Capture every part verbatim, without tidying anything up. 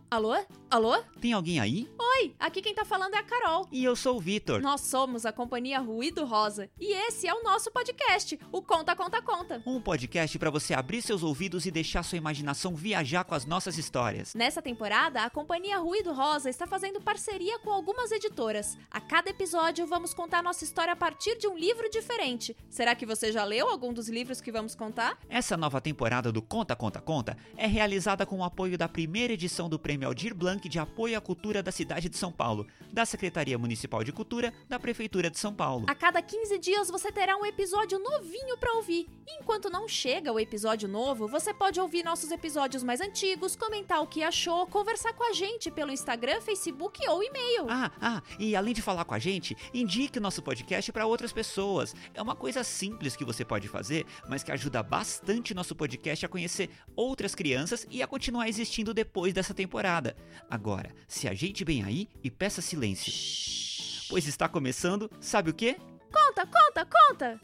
Alô? Alô? Tem alguém aí? Oi, aqui quem tá falando é a Carol. E eu sou o Vitor. Nós somos a Companhia Ruído Rosa. E esse é o nosso podcast, o Conta, Conta, Conta. Um podcast pra você abrir seus ouvidos e deixar sua imaginação viajar com as nossas histórias. Nessa temporada, a Companhia Ruído Rosa está fazendo parceria com algumas editoras. A cada episódio, vamos contar nossa história a partir de um livro diferente. Será que você já leu algum dos livros que vamos contar? Essa nova temporada do Conta, Conta, Conta é realizada com o apoio da primeira edição do Prêmio Aldir Blanc de Apoio à Cultura da cidade de São Paulo, da Secretaria Municipal de Cultura da Prefeitura de São Paulo. A cada quinze dias você terá um episódio novinho pra ouvir. E enquanto não chega o episódio novo, você pode ouvir nossos episódios mais antigos, comentar o que achou, conversar com a gente pelo Instagram, Facebook ou e-mail. Ah, ah, e além de falar com a gente, indique nosso podcast para outras pessoas. É uma coisa simples que você pode fazer, mas que ajuda bastante nosso podcast a conhecer outras crianças e a continuar existindo depois dessa temporada. Agora, se ajeite bem aí e peça silêncio. Shhh. Pois está começando, sabe o quê? Conta, conta, conta!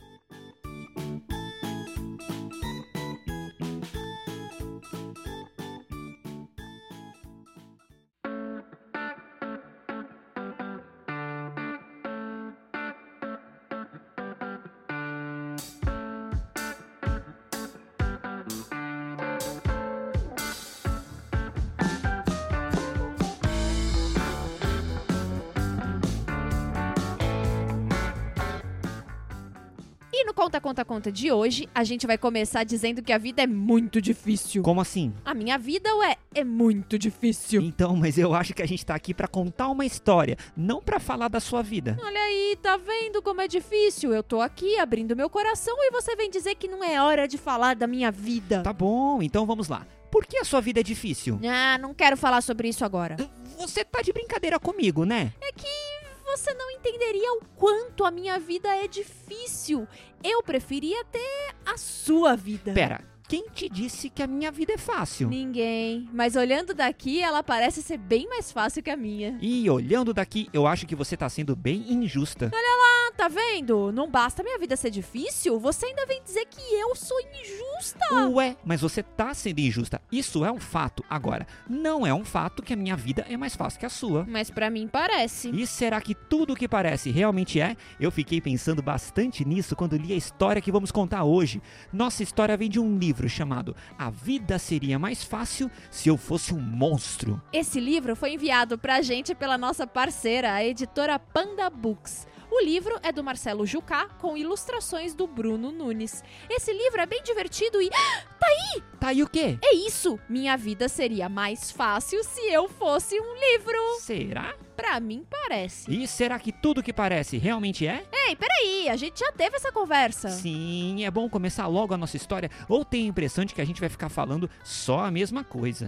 E no Conta, Conta, Conta de hoje, a gente vai começar dizendo que a vida é muito difícil. Como assim? A minha vida, ué, é muito difícil. Então, mas eu acho que a gente tá aqui pra contar uma história, não pra falar da sua vida. Olha aí, tá vendo como é difícil? Eu tô aqui abrindo meu coração e você vem dizer que não é hora de falar da minha vida. Tá bom, então vamos lá. Por que a sua vida é difícil? Ah, não quero falar sobre isso agora. Você tá de brincadeira comigo, né? É que você não entenderia o quanto a minha vida é difícil. Eu preferia ter a sua vida. Pera, quem te disse que a minha vida é fácil? Ninguém. Mas olhando daqui, ela parece ser bem mais fácil que a minha. E olhando daqui, eu acho que você tá sendo bem injusta. Olha lá, tá vendo? Não basta minha vida ser difícil, você ainda vem dizer que eu sou injusta. Ué, mas você tá sendo injusta. Isso é um fato. Agora, não é um fato que a minha vida é mais fácil que a sua. Mas pra mim parece. E será que tudo o que parece realmente é? Eu fiquei pensando bastante nisso quando li a história que vamos contar hoje. Nossa história vem de um livro chamado A Vida Seria Mais Fácil Se Eu Fosse um Monstro. Esse livro foi enviado pra gente pela nossa parceira, a editora Panda Books. O livro é do Marcelo Jucá, com ilustrações do Bruno Nunes. Esse livro é bem divertido e... Tá aí! Tá aí o quê? É isso! Minha vida seria mais fácil se eu fosse um livro. Será? Pra mim parece. E será que tudo que parece realmente é? Ei, peraí, a gente já teve essa conversa. Sim, é bom começar logo a nossa história ou tem a impressão de que a gente vai ficar falando só a mesma coisa.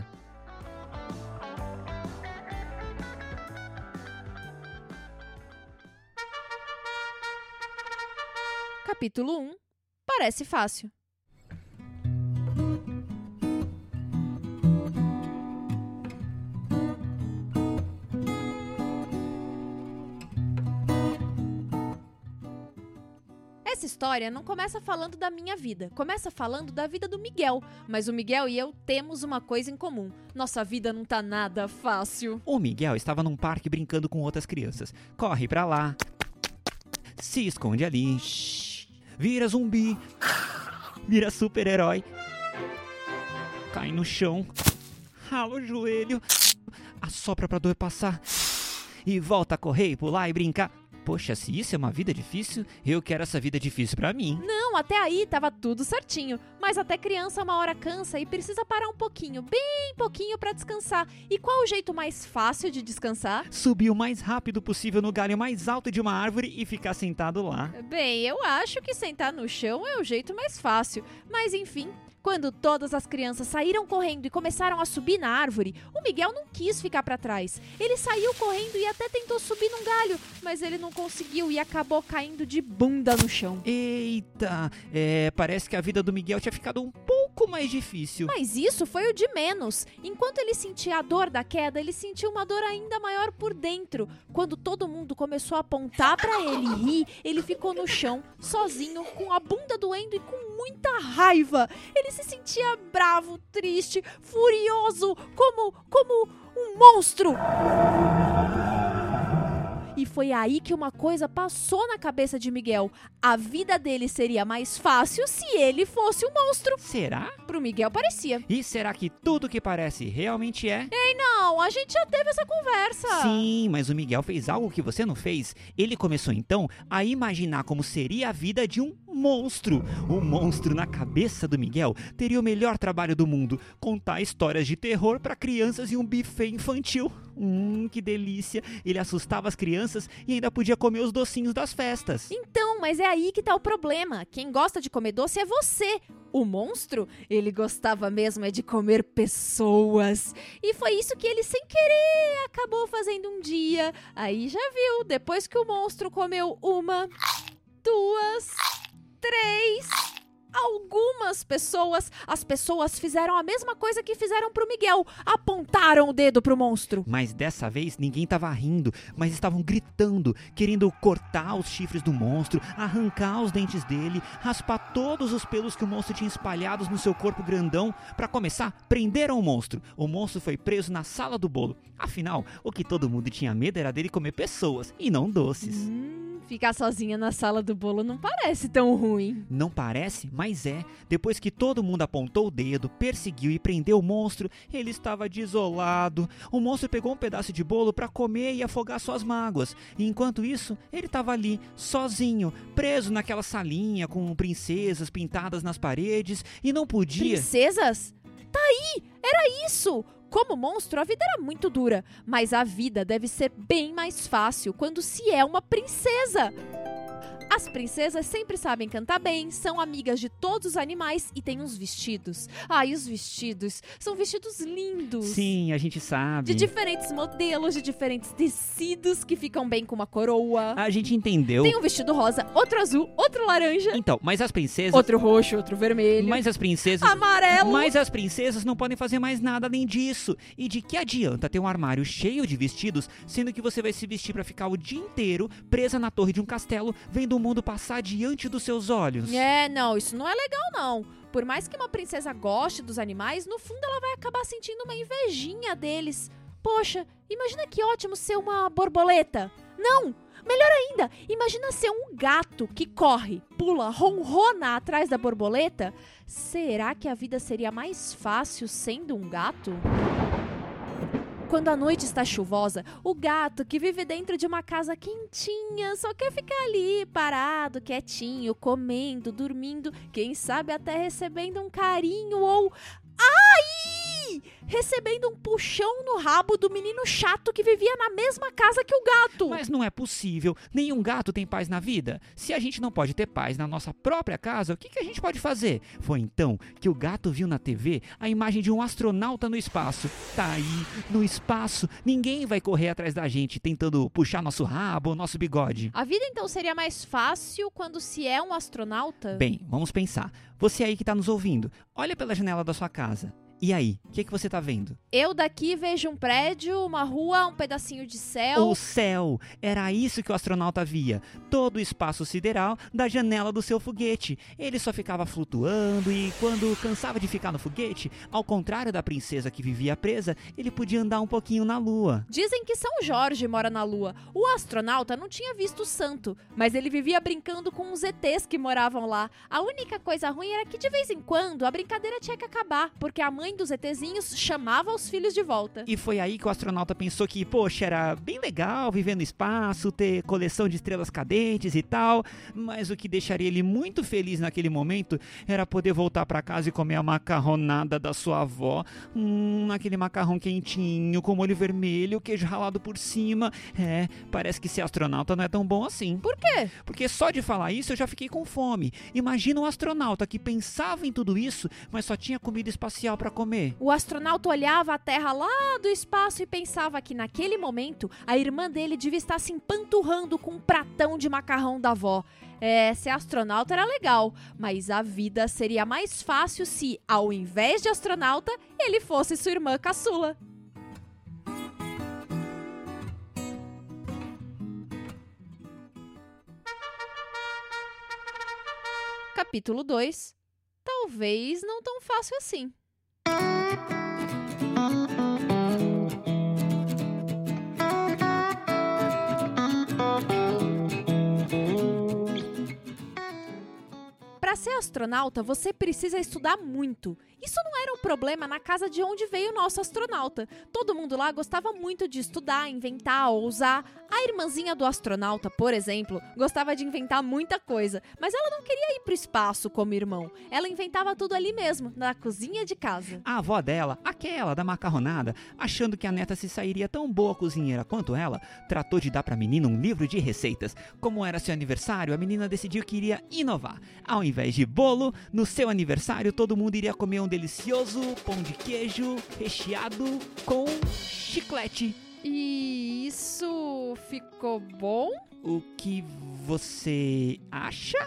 Capítulo um. Parece fácil. Essa história não começa falando da minha vida, começa falando da vida do Miguel. Mas o Miguel e eu temos uma coisa em comum. Nossa vida não tá nada fácil. O Miguel estava num parque brincando com outras crianças. Corre pra lá, se esconde ali, vira zumbi, vira super-herói, cai no chão, rala o joelho, assopra pra dor passar e volta a correr e pular e brincar. Poxa, se isso é uma vida difícil, eu quero essa vida difícil pra mim. Não, até aí tava tudo certinho. Mas até criança uma hora cansa e precisa parar um pouquinho, bem pouquinho pra descansar. E qual o jeito mais fácil de descansar? Subir o mais rápido possível no galho mais alto de uma árvore e ficar sentado lá. Bem, eu acho que sentar no chão é o jeito mais fácil. Mas enfim... Quando todas as crianças saíram correndo e começaram a subir na árvore, o Miguel não quis ficar para trás. Ele saiu correndo e até tentou subir num galho, mas ele não conseguiu e acabou caindo de bunda no chão. Eita, é, parece que a vida do Miguel tinha ficado um pouco mais difícil. Mas isso foi o de menos. Enquanto ele sentia a dor da queda, ele sentiu uma dor ainda maior por dentro. Quando todo mundo começou a apontar para ele e rir, ele ficou no chão, sozinho, com a bunda doendo e com muita raiva. Ele se sentia bravo, triste, furioso, como, como um monstro. E foi aí que uma coisa passou na cabeça de Miguel. A vida dele seria mais fácil se ele fosse um monstro. Será? Pro Miguel parecia. E será que tudo que parece realmente é? Ei, não, a gente já teve essa conversa. Sim, mas o Miguel fez algo que você não fez. Ele começou então a imaginar como seria a vida de um monstro. O monstro na cabeça do Miguel teria o melhor trabalho do mundo: contar histórias de terror para crianças em um buffet infantil. Hum, que delícia. Ele assustava as crianças e ainda podia comer os docinhos das festas. Então, mas é aí que tá o problema. Quem gosta de comer doce é você. O monstro, ele gostava mesmo é de comer pessoas. E foi isso que ele, sem querer, acabou fazendo um dia. Aí já viu, depois que o monstro comeu uma, duas, três... Algumas pessoas, as pessoas fizeram a mesma coisa que fizeram pro Miguel. Apontaram o dedo pro monstro. Mas dessa vez ninguém estava rindo, mas estavam gritando, querendo cortar os chifres do monstro, arrancar os dentes dele, raspar todos os pelos que o monstro tinha espalhados no seu corpo grandão. Para começar, prenderam o monstro. O monstro foi preso na sala do bolo. Afinal, o que todo mundo tinha medo era dele comer pessoas e não doces. Hum, ficar sozinha na sala do bolo não parece tão ruim. Não parece, mas é. Depois que todo mundo apontou o dedo, perseguiu e prendeu o monstro, ele estava desolado. O monstro pegou um pedaço de bolo para comer e afogar suas mágoas. E enquanto isso, ele estava ali, sozinho, preso naquela salinha com princesas pintadas nas paredes e não podia... Princesas? Tá aí! Era isso! Como monstro, a vida era muito dura, mas a vida deve ser bem mais fácil quando se é uma princesa. As princesas sempre sabem cantar bem, são amigas de todos os animais e têm uns vestidos. Ai, os vestidos são vestidos lindos. Sim, a gente sabe. De diferentes modelos, de diferentes tecidos que ficam bem com uma coroa. A gente entendeu. Tem um vestido rosa, outro azul, outro laranja. Então, mas as princesas... Outro roxo, outro vermelho. Mas as princesas... Amarelo. Mas as princesas não podem fazer mais nada além disso. E de que adianta ter um armário cheio de vestidos, sendo que você vai se vestir pra ficar o dia inteiro presa na torre de um castelo, vendo o mundo passar diante dos seus olhos? É, não, isso não é legal não. Por mais que uma princesa goste dos animais, no fundo ela vai acabar sentindo uma invejinha deles. Poxa, imagina que ótimo ser uma borboleta. Não, melhor ainda, imagina ser um gato que corre, pula, ronrona atrás da borboleta. Será que a vida seria mais fácil sendo um gato? Quando a noite está chuvosa, o gato que vive dentro de uma casa quentinha só quer ficar ali, parado, quietinho, comendo, dormindo, quem sabe até recebendo um carinho ou... Ai! Recebendo um puxão no rabo do menino chato que vivia na mesma casa que o gato. Mas não é possível. Nenhum gato tem paz na vida. Se a gente não pode ter paz na nossa própria casa, o que, que a gente pode fazer? Foi então que o gato viu na T V a imagem de um astronauta no espaço. Tá aí, no espaço, ninguém vai correr atrás da gente tentando puxar nosso rabo ou nosso bigode. A vida então seria mais fácil quando se é um astronauta? Bem, vamos pensar. Você aí que tá nos ouvindo, olha pela janela da sua casa. E aí, o que, que você tá vendo? Eu daqui vejo um prédio, uma rua, um pedacinho de céu. O céu! Era isso que o astronauta via. Todo o espaço sideral da janela do seu foguete. Ele só ficava flutuando e, quando cansava de ficar no foguete, ao contrário da princesa que vivia presa, ele podia andar um pouquinho na lua. Dizem que São Jorge mora na lua. O astronauta não tinha visto o santo, mas ele vivia brincando com os E Tês que moravam lá. A única coisa ruim era que, de vez em quando, a brincadeira tinha que acabar, porque a mãe dos ETzinhos chamava os filhos de volta. E foi aí que o astronauta pensou que, poxa, era bem legal viver no espaço, ter coleção de estrelas cadentes e tal, mas o que deixaria ele muito feliz naquele momento era poder voltar pra casa e comer a macarronada da sua avó. Hum, aquele macarrão quentinho, com molho vermelho, queijo ralado por cima. É, parece que ser astronauta não é tão bom assim. Por quê? Porque só de falar isso eu já fiquei com fome. Imagina um astronauta que pensava em tudo isso, mas só tinha comida espacial pra comer. O astronauta olhava a Terra lá do espaço e pensava que naquele momento a irmã dele devia estar se empanturrando com um pratão de macarrão da avó. É, ser astronauta era legal, mas a vida seria mais fácil se, ao invés de astronauta, ele fosse sua irmã caçula. Capítulo dois. talvez não tão fácil assim. Para ser astronauta, você precisa estudar muito. Isso não era um problema na casa de onde veio o nosso astronauta. Todo mundo lá gostava muito de estudar, inventar, ousar. A irmãzinha do astronauta, por exemplo, gostava de inventar muita coisa, mas ela não queria ir pro espaço como irmão. Ela inventava tudo ali mesmo, na cozinha de casa. A avó dela, aquela da macarronada, achando que a neta se sairia tão boa cozinheira quanto ela, tratou de dar pra menina um livro de receitas. Como era seu aniversário, a menina decidiu que iria inovar. Ao invés de bolo, no seu aniversário todo mundo iria comer um delicioso pão de queijo recheado com chiclete. E isso ficou bom? O que você acha?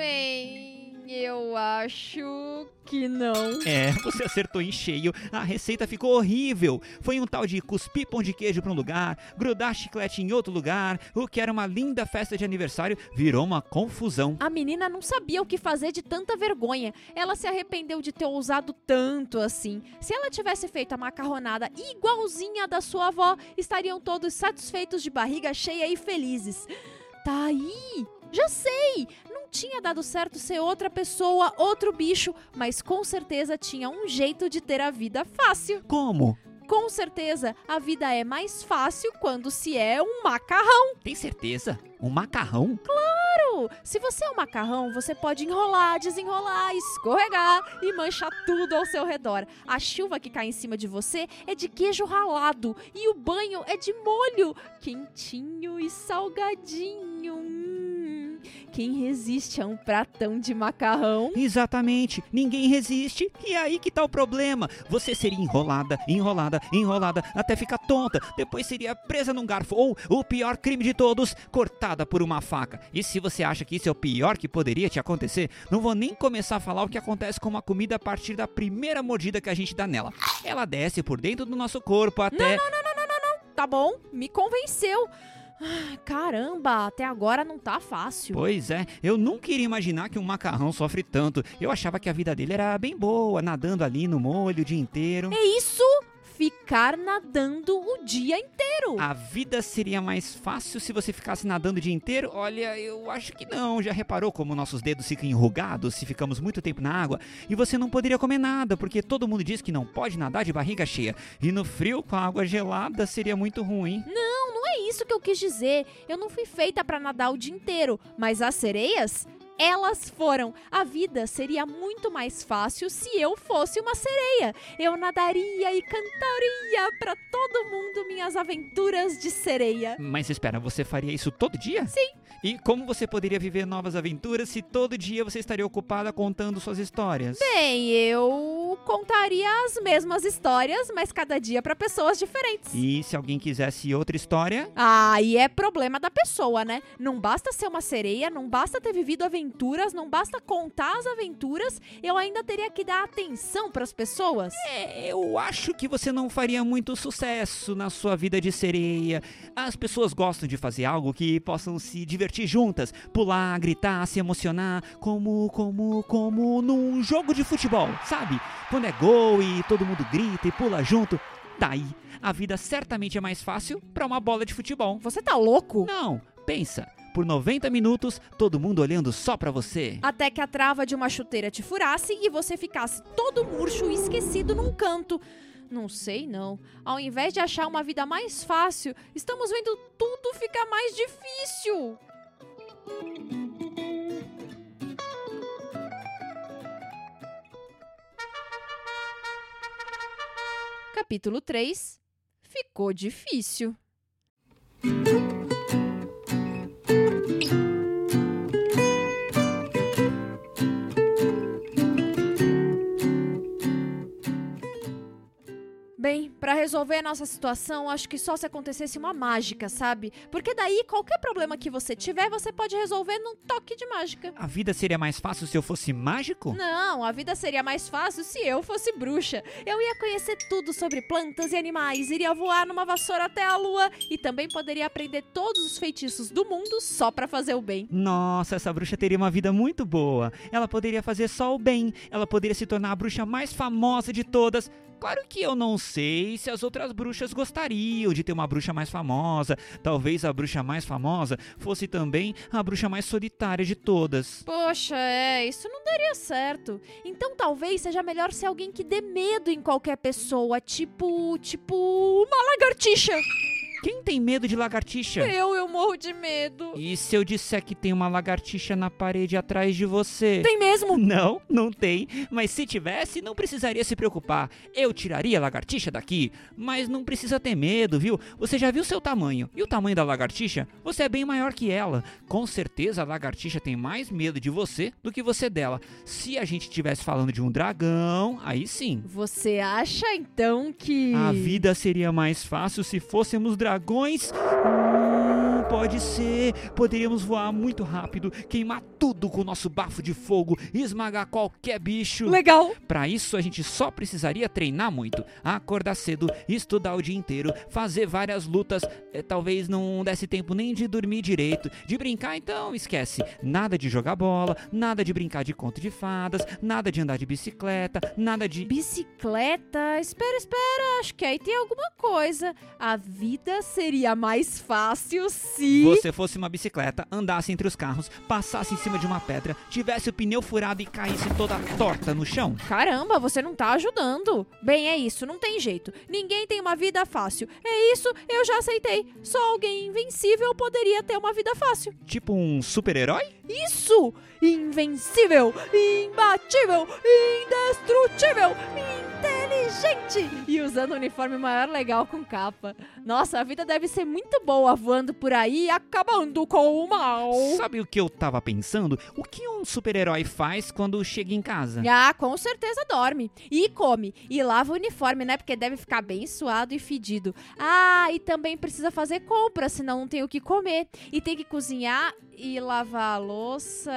Bem, eu acho que não. É, você acertou em cheio. A receita ficou horrível. Foi um tal de cuspir pão de queijo para um lugar, grudar chiclete em outro lugar. O que era uma linda festa de aniversário virou uma confusão. A menina não sabia o que fazer de tanta vergonha. Ela se arrependeu de ter ousado tanto assim. Se ela tivesse feito a macarronada igualzinha a da sua avó, estariam todos satisfeitos de barriga cheia e felizes. Tá aí! Já sei! Não tinha dado certo ser outra pessoa, outro bicho, mas com certeza tinha um jeito de ter a vida fácil. Como? Com certeza, a vida é mais fácil quando se é um macarrão. Tem certeza? Um macarrão? Claro! Se você é um macarrão, você pode enrolar, desenrolar, escorregar e manchar tudo ao seu redor. A chuva que cai em cima de você é de queijo ralado e o banho é de molho, quentinho e salgadinho. Hum. Quem resiste a um pratão de macarrão? Exatamente, ninguém resiste. E é aí que tá o problema. Você seria enrolada, enrolada, enrolada, até ficar tonta. Depois seria presa num garfo ou, o pior crime de todos, cortada por uma faca. E se você acha que isso é o pior que poderia te acontecer, não vou nem começar a falar o que acontece com uma comida a partir da primeira mordida que a gente dá nela. Ela desce por dentro do nosso corpo até... Não, não, não, não, não, não, não. Tá bom, me convenceu. Caramba, até agora não tá fácil. Pois é, eu nunca iria imaginar que um macarrão sofre tanto. Eu achava que a vida dele era bem boa, nadando ali no molho o dia inteiro. É isso? Ficar nadando o dia inteiro. A vida seria mais fácil se você ficasse nadando o dia inteiro? Olha, eu acho que não. Já reparou como nossos dedos ficam enrugados se ficamos muito tempo na água? E você não poderia comer nada, porque todo mundo diz que não pode nadar de barriga cheia. E no frio, com a água gelada, seria muito ruim. Não, não é isso que eu quis dizer. Eu não fui feita para nadar o dia inteiro, mas as sereias... elas foram. A vida seria muito mais fácil se eu fosse uma sereia. Eu nadaria e cantaria para todo mundo minhas aventuras de sereia. Mas espera, você faria isso todo dia? Sim. E como você poderia viver novas aventuras se todo dia você estaria ocupada contando suas histórias? Bem, eu contaria as mesmas histórias, mas cada dia para pessoas diferentes. E se alguém quisesse outra história? Aí é problema da pessoa, né? Não basta ser uma sereia, não basta ter vivido aventuras, não basta contar as aventuras, eu ainda teria que dar atenção para as pessoas. É, eu acho que você não faria muito sucesso na sua vida de sereia. As pessoas gostam de fazer algo que possam se divertir juntas, pular, gritar, se emocionar, como, como, como num jogo de futebol, sabe? Quando é gol e todo mundo grita e pula junto, daí a vida certamente é mais fácil para uma bola de futebol. Você tá louco? Não, pensa. Por noventa minutos, todo mundo olhando só pra você. Até que a trava de uma chuteira te furasse e você ficasse todo murcho e esquecido num canto. Não sei não. Ao invés de achar uma vida mais fácil, estamos vendo tudo ficar mais difícil. Capítulo três. Ficou difícil. Bem, pra resolver a nossa situação, acho que só se acontecesse uma mágica, sabe? Porque daí, qualquer problema que você tiver, você pode resolver num toque de mágica. A vida seria mais fácil se eu fosse mágico? Não, a vida seria mais fácil se eu fosse bruxa. Eu ia conhecer tudo sobre plantas e animais, iria voar numa vassoura até a lua e também poderia aprender todos os feitiços do mundo só pra fazer o bem. Nossa, essa bruxa teria uma vida muito boa. Ela poderia fazer só o bem. Ela poderia se tornar a bruxa mais famosa de todas. Claro que eu não sei se as outras bruxas gostariam de ter uma bruxa mais famosa. Talvez a bruxa mais famosa fosse também a bruxa mais solitária de todas. Poxa, é, isso não daria certo. Então talvez seja melhor ser alguém que dê medo em qualquer pessoa, tipo, tipo, uma lagartixa. Quem tem medo de lagartixa? Eu, eu morro de medo. E se eu disser que tem uma lagartixa na parede atrás de você? Tem mesmo? Não, não tem. Mas se tivesse, não precisaria se preocupar. Eu tiraria a lagartixa daqui. Mas não precisa ter medo, viu? Você já viu seu tamanho. E o tamanho da lagartixa? Você é bem maior que ela. Com certeza a lagartixa tem mais medo de você do que você dela. Se a gente estivesse falando de um dragão, aí sim. Você acha então que... A vida seria mais fácil se fôssemos dragões? Dragões? Hum, pode ser. Poderíamos voar muito rápido, queimar tudo com o nosso bafo de fogo e esmagar qualquer bicho. Legal. Para isso a gente só precisaria treinar muito, acordar cedo, estudar o dia inteiro, fazer várias lutas. É, talvez não desse tempo nem de dormir direito. De brincar, então esquece. Nada de jogar bola, nada de brincar de conto de fadas, nada de andar de bicicleta, nada de... Bicicleta? Espera, espera. Acho que aí tem alguma coisa. A vida seria mais fácil se... Você fosse uma bicicleta, andasse entre os carros, passasse em cima de uma pedra, tivesse o pneu furado e caísse toda torta no chão. Caramba, você não tá ajudando. Bem, é isso, não tem jeito. Ninguém tem uma vida fácil. É isso, eu já aceitei. Só alguém invencível poderia ter uma vida fácil. Tipo um super-herói? Isso! Invencível, imbatível, indestrutível, inteligente e usando um uniforme maior legal com capa. Nossa, a vida deve ser muito boa voando por aí, acabando com o mal. Sabe o que eu tava pensando? O que um super-herói faz quando chega em casa? Ah, com certeza dorme. E come. E lava o uniforme, né? Porque deve ficar bem suado e fedido. Ah, e também precisa fazer compra, senão não tem o que comer. E tem que cozinhar e lavar a louça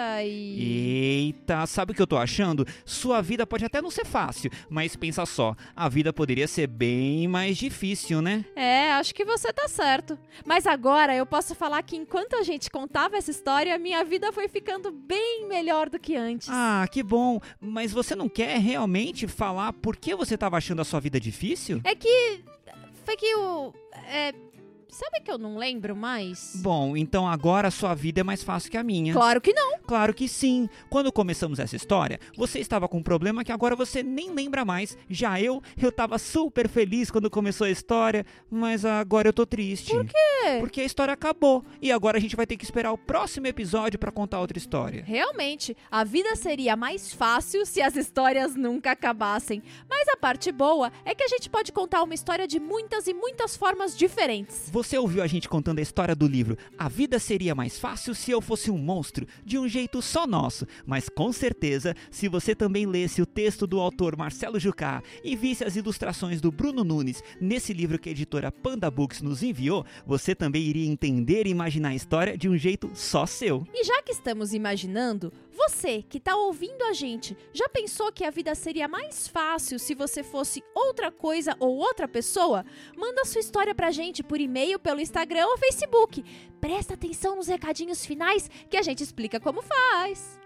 e... Eita, sabe o que eu tô achando? Sua vida pode até não ser fácil, mas pensa só, a vida poderia ser bem mais difícil, né? É, acho que você tá certo. Mas agora eu posso falar que enquanto a gente contava essa história, minha vida foi ficando bem melhor do que antes. Ah, que bom. Mas você não quer realmente falar por que você tava achando a sua vida difícil? É que... Foi que o... É... Sabe que eu não lembro mais? Bom, então agora a sua vida é mais fácil que a minha. Claro que não. Claro que sim. Quando começamos essa história, você estava com um problema que agora você nem lembra mais. Já eu, eu tava super feliz quando começou a história, mas agora eu tô triste. Por quê? Porque a história acabou e agora a gente vai ter que esperar o próximo episódio pra contar outra história. Realmente, a vida seria mais fácil se as histórias nunca acabassem. Mas a parte boa é que a gente pode contar uma história de muitas e muitas formas diferentes. Você ouviu a gente contando a história do livro A Vida Seria Mais Fácil Se Eu Fosse um Monstro, de um jeito só nosso, mas com certeza, se você também lesse o texto do autor Marcelo Jucá e visse as ilustrações do Bruno Nunes nesse livro que a editora Panda Books nos enviou, você também iria entender e imaginar a história de um jeito só seu. E já que estamos imaginando, você que tá ouvindo a gente, já pensou que a vida seria mais fácil se você fosse outra coisa ou outra pessoa? Manda sua história pra gente por e-mail, pelo Instagram ou Facebook. Presta atenção nos recadinhos finais que a gente explica como faz.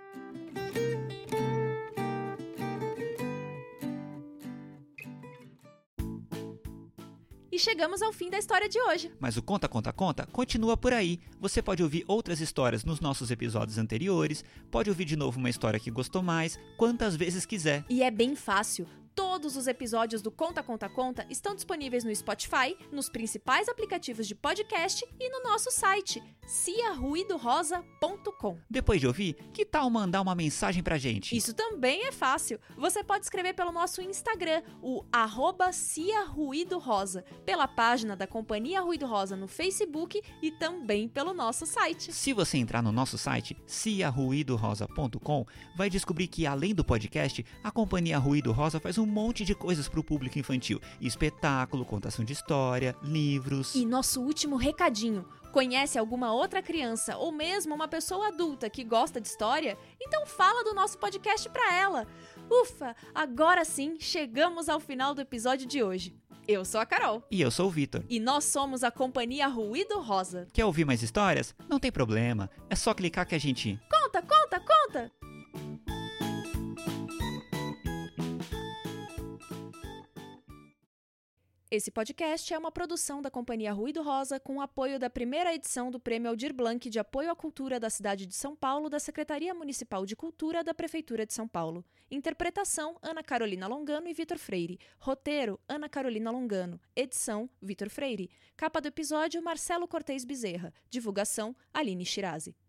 E chegamos ao fim da história de hoje. Mas o Conta, Conta, Conta continua por aí. Você pode ouvir outras histórias nos nossos episódios anteriores, pode ouvir de novo uma história que gostou mais, quantas vezes quiser. E é bem fácil. Todos os episódios do Conta, Conta, Conta estão disponíveis no Spotify, nos principais aplicativos de podcast e no nosso site, cia ruído rosa ponto com. Depois de ouvir, que tal mandar uma mensagem pra gente? Isso também é fácil. Você pode escrever pelo nosso Instagram, o arroba cia ruído rosa, pela página da Companhia Ruído Rosa no Facebook e também pelo nosso site. Se você entrar no nosso site, cia ruído rosa ponto com, vai descobrir que além do podcast, a Companhia Ruído Rosa faz um monte monte de coisas para o público infantil. Espetáculo, contação de história, livros... E nosso último recadinho. Conhece alguma outra criança ou mesmo uma pessoa adulta que gosta de história? Então fala do nosso podcast pra ela. Ufa, agora sim chegamos ao final do episódio de hoje. Eu sou a Carol. E eu sou o Vitor. E nós somos a Companhia Ruído Rosa. Quer ouvir mais histórias? Não tem problema. É só clicar que a gente... Conta, conta, conta! Esse podcast é uma produção da Companhia Ruído Rosa com o apoio da primeira edição do Prêmio Aldir Blanc de Apoio à Cultura da cidade de São Paulo da Secretaria Municipal de Cultura da Prefeitura de São Paulo. Interpretação, Ana Carolina Longano e Vitor Freire. Roteiro, Ana Carolina Longano. Edição, Vitor Freire. Capa do episódio, Marcelo Cortez Bezerra. Divulgação, Aline Shirazi.